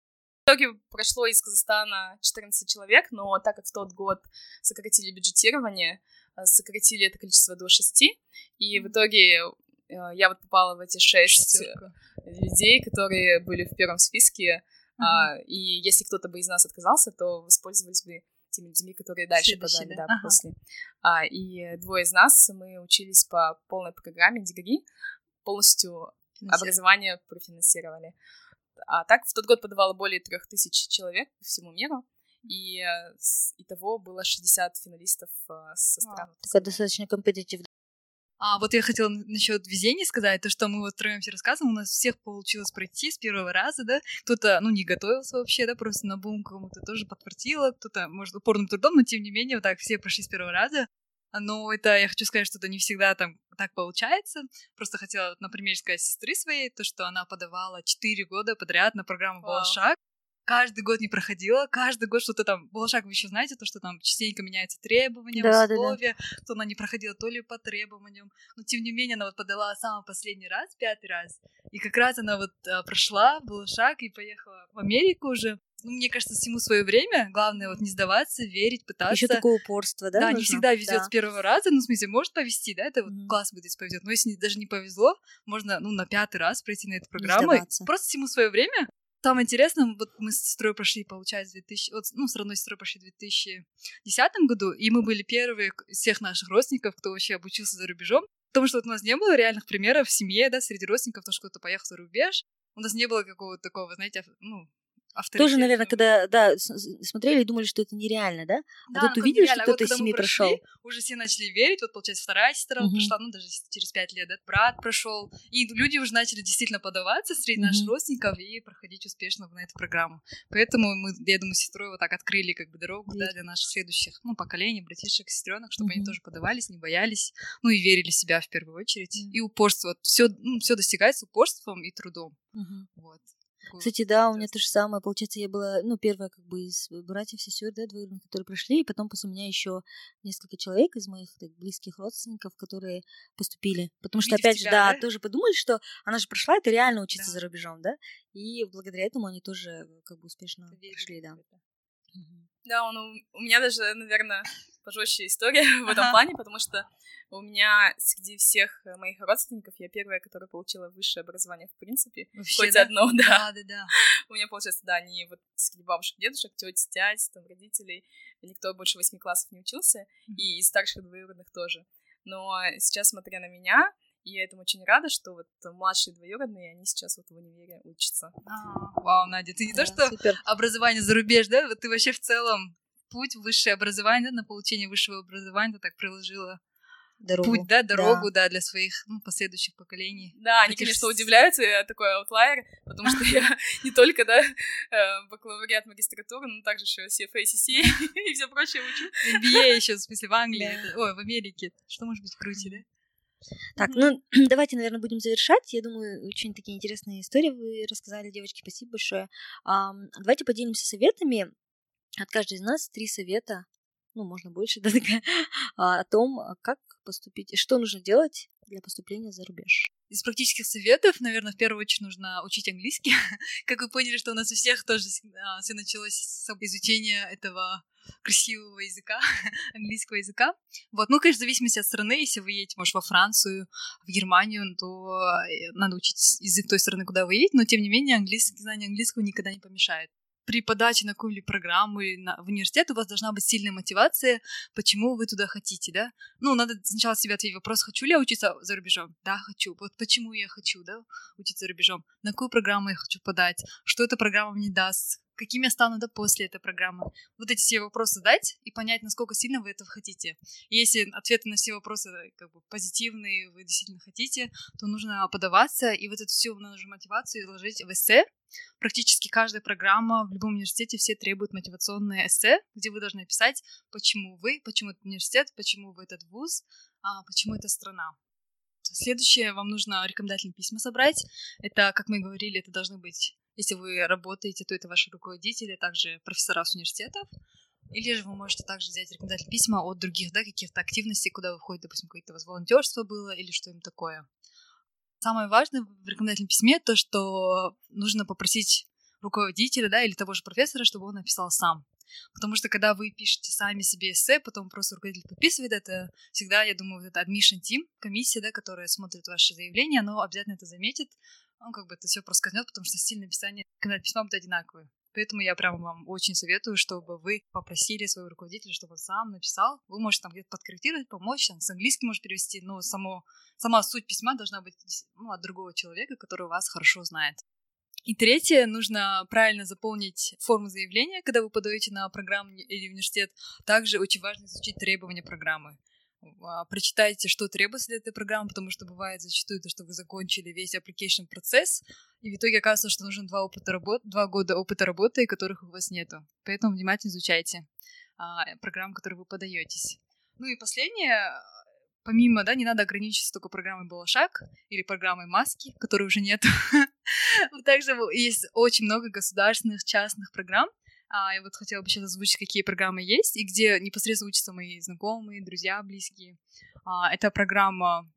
В итоге прошло из Казахстана четырнадцать человек, но так как в тот год сократили бюджетирование, сократили это количество до шести, и в итоге э, я вот попала в эти шесть Шестерка. людей, которые были в первом списке, uh-huh. а, и если кто-то бы из нас отказался, то воспользовались бы теми людьми, которые дальше Следующий, подали, да, да uh-huh. после. А, и двое из нас, мы учились по полной программе дегри, полностью образование профинансировали. А так в тот год подавало более трех тысяч человек по всему миру. И итого было шестьдесят финалистов со стран. Такая достаточно компетитивная. А вот я хотела насчет везения сказать, то, что мы вот втроем все рассказываем, у нас всех получилось пройти с первого раза, да, кто-то, ну, не готовился вообще, да, просто на бум кому-то тоже подфартило, кто-то, может, упорным трудом, но тем не менее, вот так все прошли с первого раза. Но это, я хочу сказать, что это не всегда там так получается. Просто хотела на примере сказать сестры своей, то, что она подавала четыре года подряд на программу «Балашак». Каждый год не проходила, каждый год что-то там... Балашак, вы еще знаете, то, что там частенько меняются требования, да, условия, да, да. То она не проходила то ли по требованиям, но тем не менее она вот подала самый последний раз, пятый раз, и как раз она вот а, прошла Балашак и поехала в Америку уже. Ну, мне кажется, всему свое время. Главное вот не сдаваться, верить, пытаться. Еще такое упорство, да? Да, нужно? Не всегда везет да. с первого раза. Ну, в смысле, может повезти, да? Это вот mm-hmm. класс будет, если повезет. Но если даже не повезло, можно, ну, на пятый раз пройти на эту программу. Просто всему свое время. Самое интересное, вот мы с сестрой прошли, получается, две тысячи, вот, ну, с родной сестрой прошли в две тысячи десятом году, и мы были первые из всех наших родственников, кто вообще обучился за рубежом, потому что вот у нас не было реальных примеров в семье, да, среди родственников, то, что кто-то поехал за рубеж, у нас не было какого-то такого, знаете, ну, тоже, наверное, когда, да, смотрели и думали, что это нереально, да? Да, а тут ну, увидели, что кто-то вот, из семьи прошел. Уже все начали верить, вот, получается, вторая сестра uh-huh. прошла, ну, даже через пять лет, да, брат прошел, и люди уже начали действительно подаваться среди uh-huh. наших родственников и проходить успешно на эту программу. Поэтому мы, я думаю, с сестрой вот так открыли как бы дорогу, uh-huh. да, для наших следующих, ну, поколений, братишек, сестренок, чтобы uh-huh. они тоже подавались, не боялись, ну, и верили в себя в первую очередь. Uh-huh. И упорство, вот, все, ну, все достигается упорством и трудом. Uh-huh. Вот. Кстати, да, у меня то же самое. Получается, я была, ну, первая как бы из братьев, сестер, да, двоюродных, которые прошли, и потом после меня еще несколько человек из моих так, близких родственников, которые поступили. Потому что, опять тебя, же, да, да, тоже подумали, что она же прошла, это реально учиться да. за рубежом, да, и благодаря этому они тоже как бы успешно Поверили. Прошли, да. Да, ну, у меня даже, наверное, пожестче история в этом плане, потому что у меня среди всех моих родственников я первая, которая получила высшее образование в принципе. Вообще, хоть да? одно, да. Да, да, да. У меня, получается, да, они вот среди бабушек, дедушек, теть, дядь, там, родителей, никто больше восьми классов не учился, mm-hmm. и из старших двоюродных тоже. Но сейчас, смотря на меня, и я этому очень рада, что вот младшие двоюродные, они сейчас вот в универе учатся. А, вау, Надя, ты не то, что супер. Образование за рубеж, да? Вот ты вообще в целом путь в высшее образование, да, на получение высшего образования ты так приложила. Дорогу. Путь, да, дорогу, да, да для своих ну, последующих поколений. Да, они, конечно, удивляются, я такой аутлайер, потому что я не только, да, бакалавриат, магистратуру, но также еще си эф эй, си си и все прочее учу. эм би эй еще, в смысле, в Англии, ой, в Америке. Что может быть круче, да? Так, ну, давайте, наверное, будем завершать. Я думаю, очень такие интересные истории вы рассказали, девочки, спасибо большое. Давайте поделимся советами. От каждой из нас три совета, ну, можно больше, да, такая, о том, как поступить, что нужно делать для поступления за рубеж. Из практических советов, наверное, в первую очередь нужно учить английский. Как вы поняли, что у нас у всех тоже а, все началось с изучения этого красивого языка, английского языка. Вот, ну, конечно, в зависимости от страны, если вы едете, может, во Францию, в Германию, то надо учить язык той страны, куда вы едете, но, тем не менее, английский, знание английского никогда не помешает. При подаче на какую-либо программу или на, в университет у вас должна быть сильная мотивация, почему вы туда хотите, да? Ну, надо сначала себе ответить вопрос, хочу ли я учиться за рубежом? Да, хочу. Вот почему я хочу, да, учиться за рубежом? На какую программу я хочу подать? Что эта программа мне даст? Каким я стану, да, после этой программы? Вот эти все вопросы задать и понять, насколько сильно вы этого хотите. И если ответы на все вопросы как бы позитивные, вы действительно хотите, то нужно подаваться и вот эту всю нужную мотивацию изложить в эссе. Практически каждая программа в любом университете все требуют мотивационные эссе, где вы должны описать, почему вы, почему этот университет, почему вы этот вуз, а почему эта страна. Следующее, вам нужно рекомендательные письма собрать. Это, как мы говорили, это должны быть, если вы работаете, то это ваши руководители, также профессора с университетов. Или же вы можете также взять рекомендательные письма от других, да, каких-то активностей, куда вы входите, допустим, какое-то у вас волонтерство было или что-нибудь такое. Самое важное в рекомендательном письме то, что нужно попросить руководителя, да, или того же профессора, чтобы он написал сам. Потому что когда вы пишете сами себе эссе, потом просто руководитель подписывает, это всегда, я думаю, вот это admission team, комиссия, да, которая смотрит ваше заявление, оно обязательно это заметит, ну, как бы это все проскользнет, потому что стиль написания рекомендательного письма будет одинаковый. Поэтому я прямо вам очень советую, чтобы вы попросили своего руководителя, чтобы он сам написал. Вы можете там где-то подкорректировать, помочь, там, с английским может перевести, но само, сама суть письма должна быть ну, от другого человека, который вас хорошо знает. И третье, нужно правильно заполнить форму заявления, когда вы подаете на программу или университет. Также очень важно изучить требования программы. Прочитайте, что требуется для этой программы, потому что бывает зачастую то, что вы закончили весь application процесс, и в итоге оказывается, что нужно два, опыта работ... два года опыта работы, которых у вас нету. Поэтому внимательно изучайте а, программу, в которую вы подаетесь. Ну и последнее, помимо, да, не надо ограничиваться только программой Балашак или программой Маски, которой уже нет. Также есть очень много государственных, частных программ. А, я вот хотела бы сейчас озвучить, какие программы есть, и где непосредственно учатся мои знакомые, друзья, близкие. А, это программа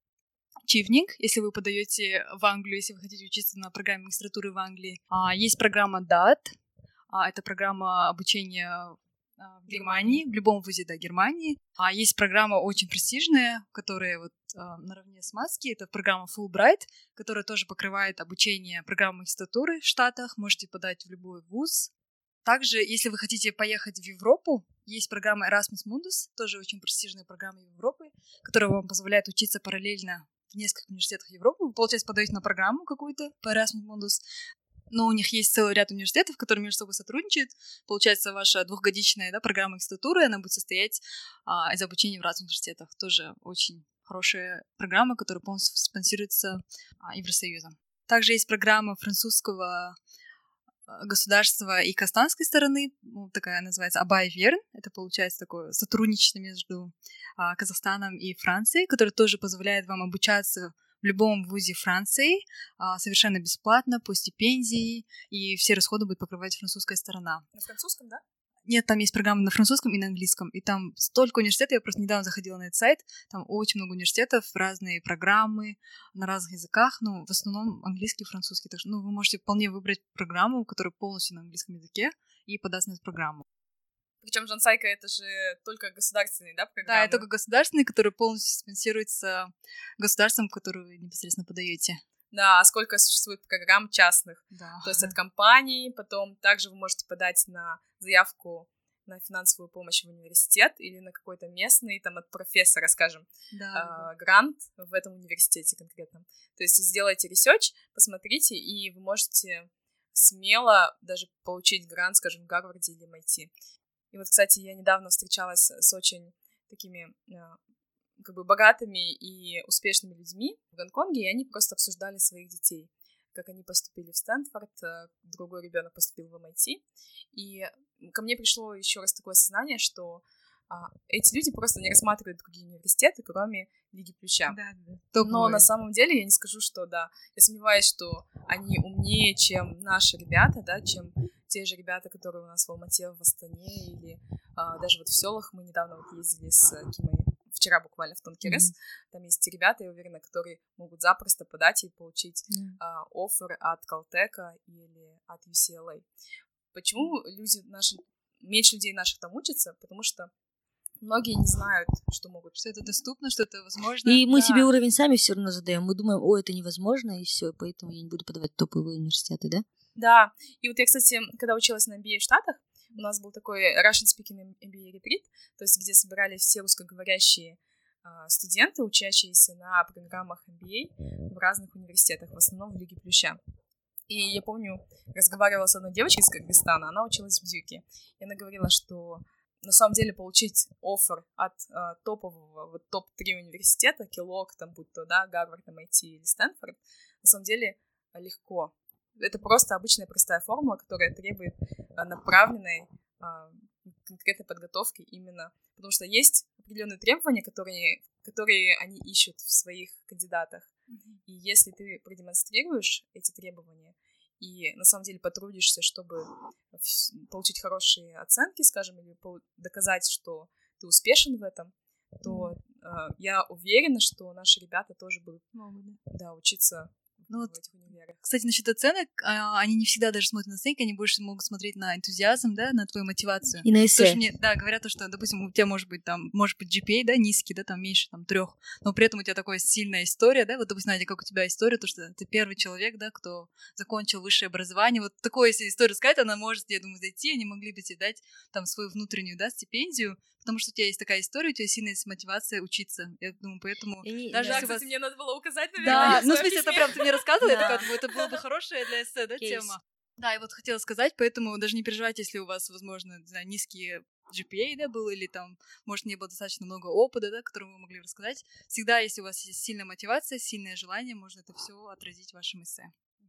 Чивник, если вы подаете в Англию, если вы хотите учиться на программе магистратуры в Англии. А, есть программа дат, а, это программа обучения в Германии, в любом вузе, да, Германии. А есть программа очень престижная, которая вот а, наравне с Маски, это программа Fulbright, которая тоже покрывает обучение программы магистратуры в Штатах. Можете подать в любой вуз. Также, если вы хотите поехать в Европу, есть программа Erasmus Mundus, тоже очень престижная программа Европы, которая вам позволяет учиться параллельно в нескольких университетах Европы. Вы, получается, подаете на программу какую-то по Erasmus Mundus, но у них есть целый ряд университетов, которые между собой сотрудничают. Получается, ваша двухгодичная, да, программа магистратуры, она будет состоять а, из обучения в разных университетах. Тоже очень хорошая программа, которая полностью спонсируется а, Евросоюзом. Также есть программа французского государства и казахстанской стороны, ну, такая называется Абай Верн, это получается такое сотрудничество между а, Казахстаном и Францией, которое тоже позволяет вам обучаться в любом вузе Франции а, совершенно бесплатно, по стипендии, и все расходы будет покрывать французская сторона. На французском, да? Нет, там есть программы на французском и на английском, и там столько университетов, я просто недавно заходила на этот сайт, там очень много университетов, разные программы на разных языках, ну, в основном английский и французский, так что, ну, вы можете вполне выбрать программу, которая полностью на английском языке, и податься на эту программу. Причем Жансайка это же только государственный, да, программы? Да, это только государственный, который полностью спонсируется государством, в которое вы непосредственно подаете. Да, а сколько существует программ частных? Да. То есть от компаний, потом также вы можете подать на заявку на финансовую помощь в университет или на какой-то местный, там, от профессора, скажем, да, э, да. грант в этом университете конкретном. То есть сделайте ресерч, посмотрите, и вы можете смело даже получить грант, скажем, в Гарварде или эм ай ти. И вот, кстати, я недавно встречалась с очень такими как бы богатыми и успешными людьми в Гонконге, и они просто обсуждали своих детей, как они поступили в Стэнфорд, другой ребенок поступил в эм ай ти, и ко мне пришло еще раз такое осознание, что а, эти люди просто не рассматривают другие университеты, кроме Лиги Плюща. Да, да. Но Топовые. На самом деле я не скажу, что да, я сомневаюсь, что они умнее, чем наши ребята, да, чем те же ребята, которые у нас в Алмате, в Астане или а, даже вот в селах. Мы недавно вот ездили с Кимой, вчера буквально в Тонкерес. Mm-hmm. Там есть ребята, я уверена, которые могут запросто подать и получить mm-hmm. а, оффер от Калтека или от ю си эл эй. Почему люди наши, меньше людей наших там учатся? Потому что многие не знают, что могут. Что это доступно, что это возможно. И мы да. себе уровень сами все равно задаем. Мы думаем, о, это невозможно, и все, поэтому я не буду подавать топовые университеты, да? Да. И вот я, кстати, когда училась на эм би эй в Штатах, у нас был такой Russian Speaking эм би эй ретрит, то есть где собирались все русскоговорящие uh, студенты, учащиеся на программах эм би эй в разных университетах, в основном в Лиге Плюща. И я помню, разговаривала с одной девочкой из Кыргызстана, она училась в Дюке, и она говорила, что на самом деле получить оффер от uh, топового, вот топ-три университета, Келлог, там будь то, да, Гарвард, эм ай ти или Стэнфорд, на самом деле легко. Это просто обычная простая формула, которая требует uh, направленной uh, конкретной подготовки именно, потому что есть определенные требования, которые, которые они ищут в своих кандидатах. Mm-hmm. И если ты продемонстрируешь эти требования и на самом деле потрудишься, чтобы получить хорошие оценки, скажем, или доказать, что ты успешен в этом, то э, я уверена, что наши ребята тоже будут Могут, да, учиться ну, в этих универах. Кстати, насчет оценок, они не всегда даже смотрят на оценки, они больше могут смотреть на энтузиазм, да, на твою мотивацию. И на эссе. Потому что мне, да, говорят, что, допустим, у тебя может быть там, может быть, джи пи эй, да, низкий, да, там меньше, там, трех, но при этом у тебя такая сильная история, да, вот, допустим, Надя, как у тебя история, то, что ты первый человек, да, кто закончил высшее образование, вот такое, если историю сказать, она может, я думаю, зайти, они могли бы тебе дать там свою внутреннюю, да, стипендию, потому что у тебя есть такая история, у тебя сильная мотивация учиться, я думаю, поэтому... И, даже да, если кстати, вас... мне надо было указать, наверное, да, ну, в смысле, это прям ты мне рассказывала, да. я такая, это было бы хорошая для эссе, да, Кейс. Тема. Да, и вот хотела сказать, поэтому даже не переживайте, если у вас, возможно, не знаю, низкие джи пи эй, да, был, или там, может, не было достаточно много опыта, да, который вы могли рассказать. Всегда, если у вас есть сильная мотивация, сильное желание, можно это все отразить в вашем эссе.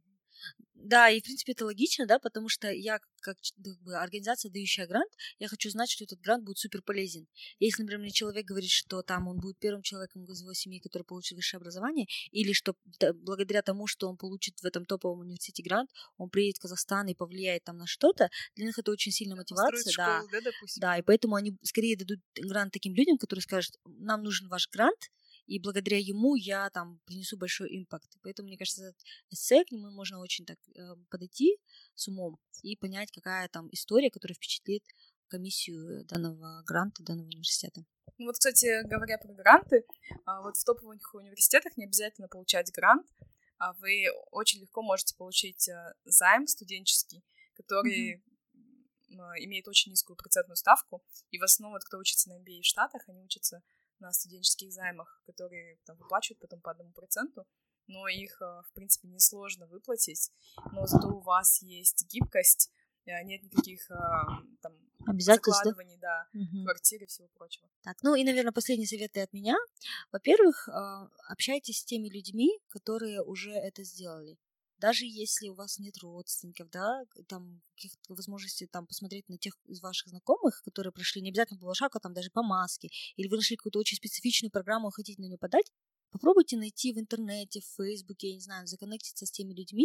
Да, и в принципе это логично, да, потому что я как, как бы, организация, дающая грант, я хочу знать, что этот грант будет супер полезен. Если, например, мне человек говорит, что там он будет первым человеком из его семьи, который получит высшее образование, или что да, благодаря тому, что он получит в этом топовом университете грант, он приедет в Казахстан и повлияет там на что-то, для них это очень сильная мотивация. Да, школу, да, допустим. Да, и поэтому они скорее дадут грант таким людям, которые скажут, нам нужен ваш грант, и благодаря ему я там принесу большой импакт. Поэтому, мне кажется, этот эссе, к нему можно очень так э, подойти с умом и понять, какая там история, которая впечатлит комиссию данного гранта, данного университета. Ну вот, кстати, говоря про гранты, вот в топовых университетах не обязательно получать грант, а вы очень легко можете получить займ студенческий, который mm-hmm. имеет очень низкую процентную ставку, и в основном, вот, кто учится на эм би эй в Штатах, они учатся на студенческих займах, которые там выплачивают потом по одному проценту, но их, в принципе, несложно выплатить, но зато у вас есть гибкость, нет никаких там закладываний, да, да угу. квартиры и всего прочего. Так, ну и, наверное, последние советы от меня. Во-первых, общайтесь с теми людьми, которые уже это сделали. Даже если у вас нет родственников, да, там каких-то возможностей там посмотреть на тех из ваших знакомых, которые прошли не обязательно по Волшаку, а там даже по маске, или вы нашли какую-то очень специфичную программу и хотите на нее подать, попробуйте найти в интернете, в Фейсбуке, я не знаю, законнектиться с теми людьми,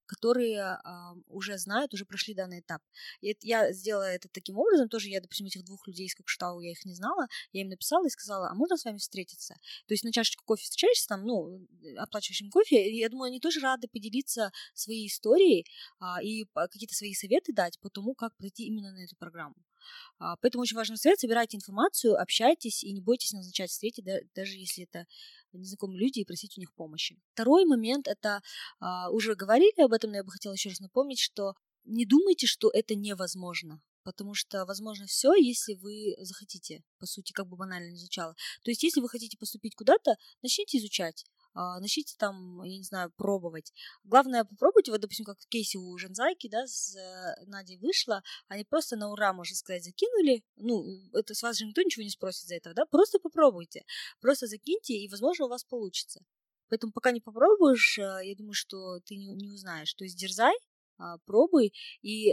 которые а, уже знают, уже прошли данный этап. И это, я сделала это таким образом, тоже я, допустим, этих двух людей из Кокштау, я их не знала, я им написала и сказала, а можно с вами встретиться? То есть на чашечку кофе встречаешься там, ну, оплачиваешь им кофе, и я думаю, они тоже рады поделиться своей историей а, и какие-то свои советы дать по тому, как пройти именно на эту программу. А, поэтому очень важный совет, собирайте информацию, общайтесь и не бойтесь назначать встречи, да, даже если это незнакомые люди, и просить у них помощи. Второй момент, это а, уже говорили об этом, но я бы хотела еще раз напомнить, что не думайте, что это невозможно, потому что возможно все, если вы захотите, по сути, как бы банально не звучало. То есть, если вы хотите поступить куда-то, начните изучать, а, начните там, я не знаю, пробовать. Главное попробуйте, вот, допустим, как в кейсе у Жанзайки, да, с э, Надей вышло, они просто на ура, можно сказать, закинули, ну, это с вас же никто ничего не спросит за это, да, просто попробуйте, просто закиньте, и, возможно, у вас получится. Поэтому пока не попробуешь, я думаю, что ты не, не узнаешь. То есть дерзай, пробуй, и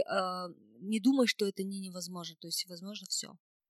не думай, что это не невозможно, то есть возможно все.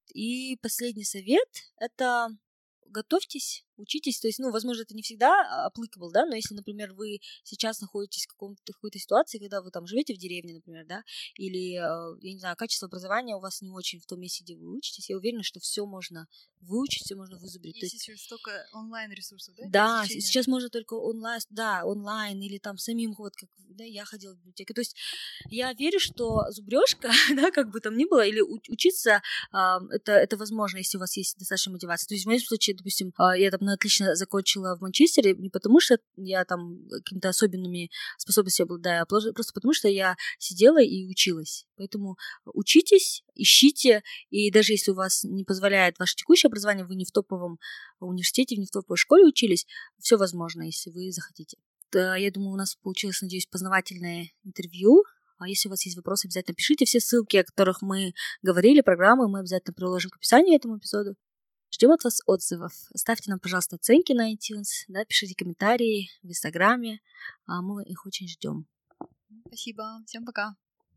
И последний совет — это готовьтесь, учитесь, то есть, ну, возможно, это не всегда applicable, да, но если, например, вы сейчас находитесь в каком-то, какой-то ситуации, когда вы там живете в деревне, например, да, или, я не знаю, качество образования у вас не очень в том месте, где вы учитесь, я уверена, что все можно выучить, все можно вызубрить. Есть сейчас столько онлайн-ресурсов, да? Да, сейчас можно только онлайн, да, онлайн, или там самим, вот как, да, я ходила в библиотеку, то есть я верю, что зубрежка, да, как бы там ни было, или учиться, это, это возможно, если у вас есть достаточно мотивации, то есть в моем случае, допустим, я там отлично закончила в Манчестере не потому, что я там какими-то особенными способностями обладаю, а просто потому, что я сидела и училась. Поэтому учитесь, ищите, и даже если у вас не позволяет ваше текущее образование, вы не в топовом университете, не в топовой школе учились, все возможно, если вы захотите. Я думаю, у нас получилось, надеюсь, познавательное интервью. А если у вас есть вопросы, обязательно пишите. Все ссылки, о которых мы говорили, программы, мы обязательно приложим к описанию этому эпизоду. Ждем от вас отзывов. Ставьте нам, пожалуйста, оценки на iTunes, да, пишите комментарии в Инстаграме. А мы их очень ждем. Спасибо. Всем пока.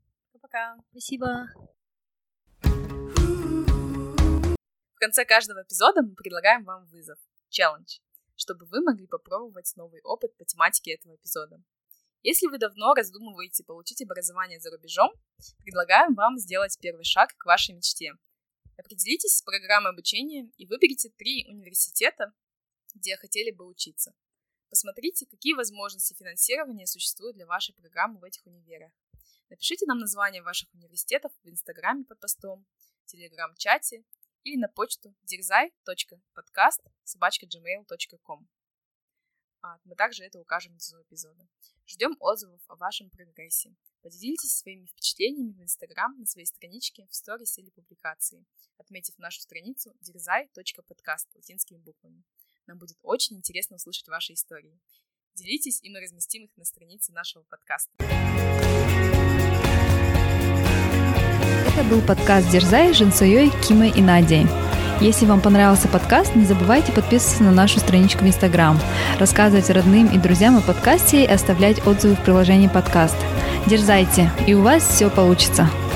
Пока. Спасибо. В конце каждого эпизода мы предлагаем вам вызов, челлендж, чтобы вы могли попробовать новый опыт по тематике этого эпизода. Если вы давно раздумываете получить образование за рубежом, предлагаем вам сделать первый шаг к вашей мечте. Определитесь с программой обучения и выберите три университета, где хотели бы учиться. Посмотрите, какие возможности финансирования существуют для вашей программы в этих универах. Напишите нам название ваших университетов в Инстаграме под постом, в Телеграм-чате или на почту дерзай точка подкаст собака джимейл точка ком. А, мы также это укажем внизу эпизода. Ждем отзывов о вашем прогрессе. Поделитесь своими впечатлениями в Инстаграм, на своей страничке, в сторис или публикации, отметив нашу страницу дерзай точка подкаст латинскими буквами. Нам будет очень интересно услышать ваши истории. Делитесь, и мы разместим их на странице нашего подкаста. Это был подкаст «Дерзай» с Жансуей, Кимой и Надей. Если вам понравился подкаст, не забывайте подписываться на нашу страничку в Инстаграм, рассказывать родным и друзьям о подкасте и оставлять отзывы в приложении подкаст. Дерзайте, и у вас все получится.